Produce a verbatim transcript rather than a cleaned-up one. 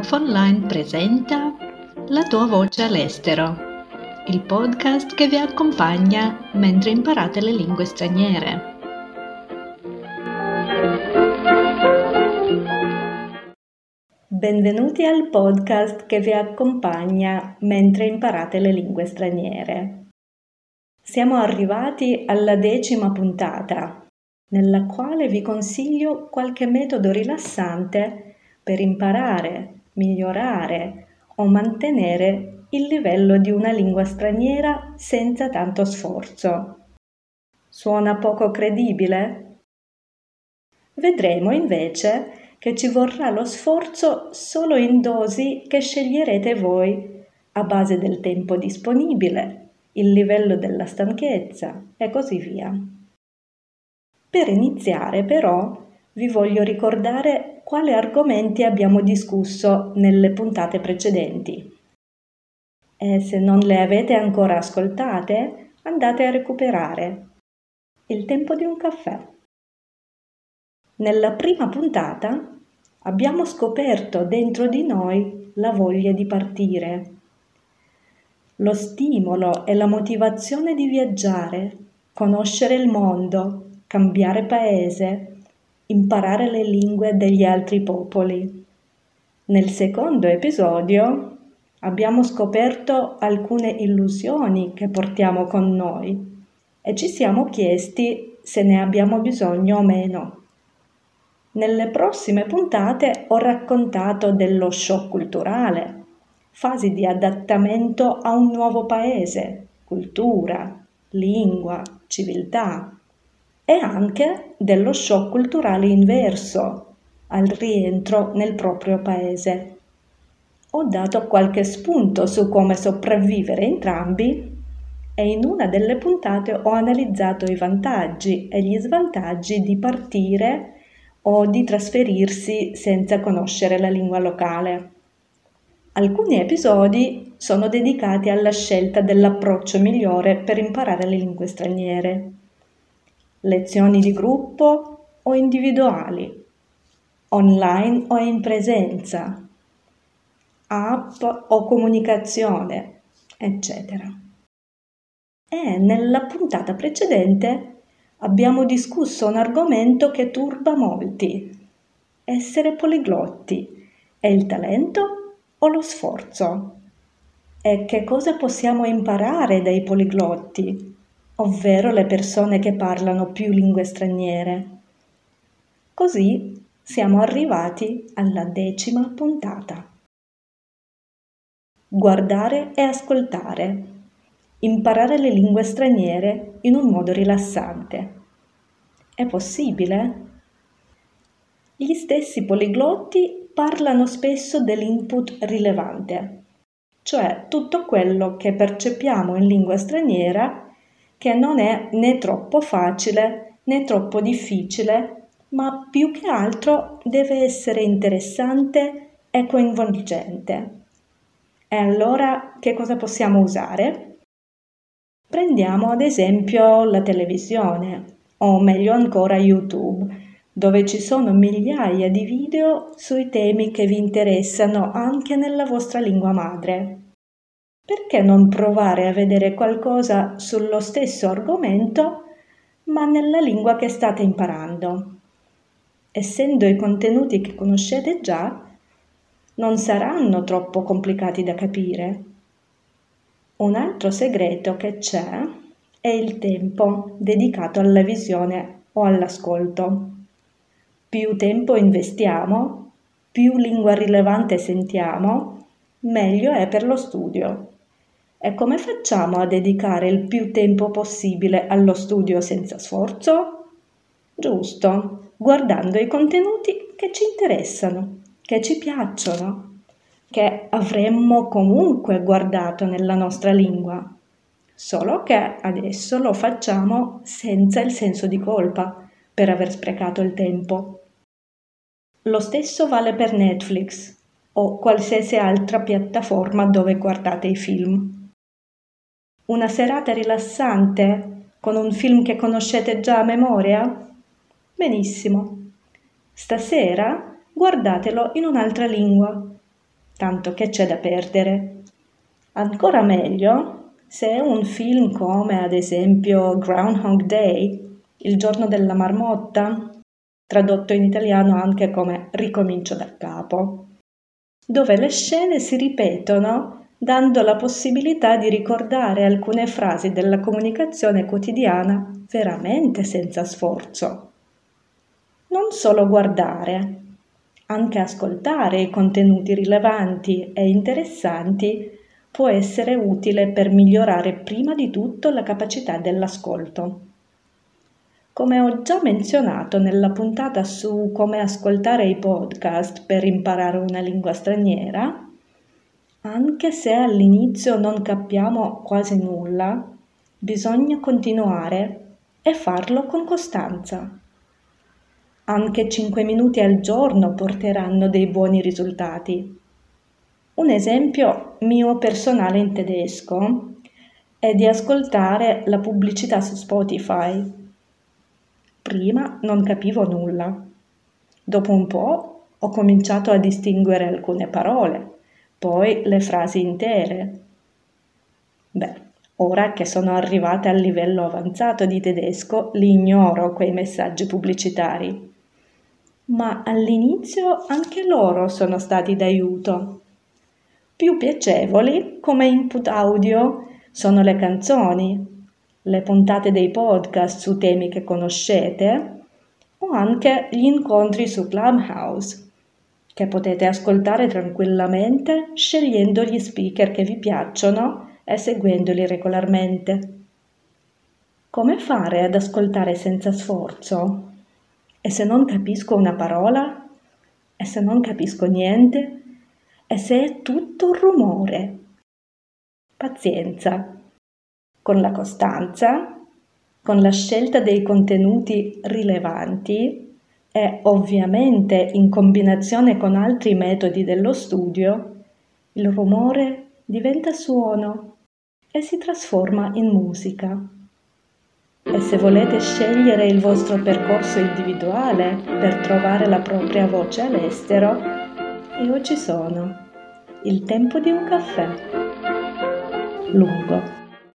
F Online presenta La tua voce all'estero, il podcast che vi accompagna mentre imparate le lingue straniere. Benvenuti al podcast che vi accompagna mentre imparate le lingue straniere. Siamo arrivati alla decima puntata, nella quale vi consiglio qualche metodo rilassante per imparare, migliorare o mantenere il livello di una lingua straniera senza tanto sforzo. Suona poco credibile? Vedremo invece che ci vorrà lo sforzo solo in dosi che sceglierete voi, a base del tempo disponibile, il livello della stanchezza e così via. Per iniziare, però, vi voglio ricordare quali argomenti abbiamo discusso nelle puntate precedenti. E se non le avete ancora ascoltate, andate a recuperare. Il tempo di un caffè. Nella prima puntata abbiamo scoperto dentro di noi la voglia di partire, lo stimolo e la motivazione di viaggiare, conoscere il mondo, cambiare paese, imparare le lingue degli altri popoli. Nel secondo episodio abbiamo scoperto alcune illusioni che portiamo con noi e ci siamo chiesti se ne abbiamo bisogno o meno. Nelle prossime puntate ho raccontato dello shock culturale, fasi di adattamento a un nuovo paese, cultura, lingua, civiltà, e anche dello shock culturale inverso, al rientro nel proprio paese. Ho dato qualche spunto su come sopravvivere entrambi e in una delle puntate ho analizzato i vantaggi e gli svantaggi di partire o di trasferirsi senza conoscere la lingua locale. Alcuni episodi sono dedicati alla scelta dell'approccio migliore per imparare le lingue straniere. Lezioni di gruppo o individuali, online o in presenza, app o comunicazione, eccetera. E nella puntata precedente abbiamo discusso un argomento che turba molti: essere poliglotti. È il talento o lo sforzo? E che cosa possiamo imparare dai poliglotti, ovvero le persone che parlano più lingue straniere? Così siamo arrivati alla decima puntata. Guardare e ascoltare. Imparare le lingue straniere in un modo rilassante. È possibile? Gli stessi poliglotti parlano spesso dell'input rilevante, cioè tutto quello che percepiamo in lingua straniera che non è né troppo facile né troppo difficile, ma più che altro deve essere interessante e coinvolgente. E allora che cosa possiamo usare? Prendiamo ad esempio la televisione, o meglio ancora YouTube, dove ci sono migliaia di video sui temi che vi interessano anche nella vostra lingua madre. Perché non provare a vedere qualcosa sullo stesso argomento, ma nella lingua che state imparando? Essendo i contenuti che conoscete già, non saranno troppo complicati da capire. Un altro segreto che c'è è il tempo dedicato alla visione o all'ascolto. Più tempo investiamo, più lingua rilevante sentiamo, meglio è per lo studio. E come facciamo a dedicare il più tempo possibile allo studio senza sforzo? Giusto, guardando i contenuti che ci interessano, che ci piacciono, che avremmo comunque guardato nella nostra lingua, solo che adesso lo facciamo senza il senso di colpa per aver sprecato il tempo. Lo stesso vale per Netflix o qualsiasi altra piattaforma dove guardate i film. Una serata rilassante con un film che conoscete già a memoria? Benissimo. Stasera guardatelo in un'altra lingua. tanto che c'è da perdere. Ancora meglio se è un film come ad esempio Groundhog Day, Il giorno della marmotta, tradotto in italiano anche come Ricomincio da capo, dove le scene si ripetono dando la possibilità di ricordare alcune frasi della comunicazione quotidiana veramente senza sforzo. Non solo guardare, anche ascoltare i contenuti rilevanti e interessanti può essere utile per migliorare prima di tutto la capacità dell'ascolto. Come ho già menzionato nella puntata su come ascoltare i podcast per imparare una lingua straniera, anche se all'inizio non capiamo quasi nulla, bisogna continuare e farlo con costanza. Anche cinque minuti al giorno porteranno dei buoni risultati. Un esempio mio personale in tedesco è di ascoltare la pubblicità su Spotify. Prima non capivo nulla. Dopo un po' ho cominciato a distinguere alcune parole, poi le frasi intere. Beh, ora che sono arrivata al livello avanzato di tedesco, li ignoro quei messaggi pubblicitari. Ma all'inizio anche loro sono stati d'aiuto. Più piacevoli come input audio sono le canzoni, le puntate dei podcast su temi che conoscete o anche gli incontri su Clubhouse, che potete ascoltare tranquillamente scegliendo gli speaker che vi piacciono e seguendoli regolarmente. Come fare ad ascoltare senza sforzo? E se non capisco una parola? E se non capisco niente? E se è tutto un rumore? Pazienza. Con la costanza, con la scelta dei contenuti rilevanti e ovviamente in combinazione con altri metodi dello studio, il rumore diventa suono e si trasforma in musica. E se volete scegliere il vostro percorso individuale per trovare la propria voce all'estero, io ci sono. Il tempo di un caffè. Lungo.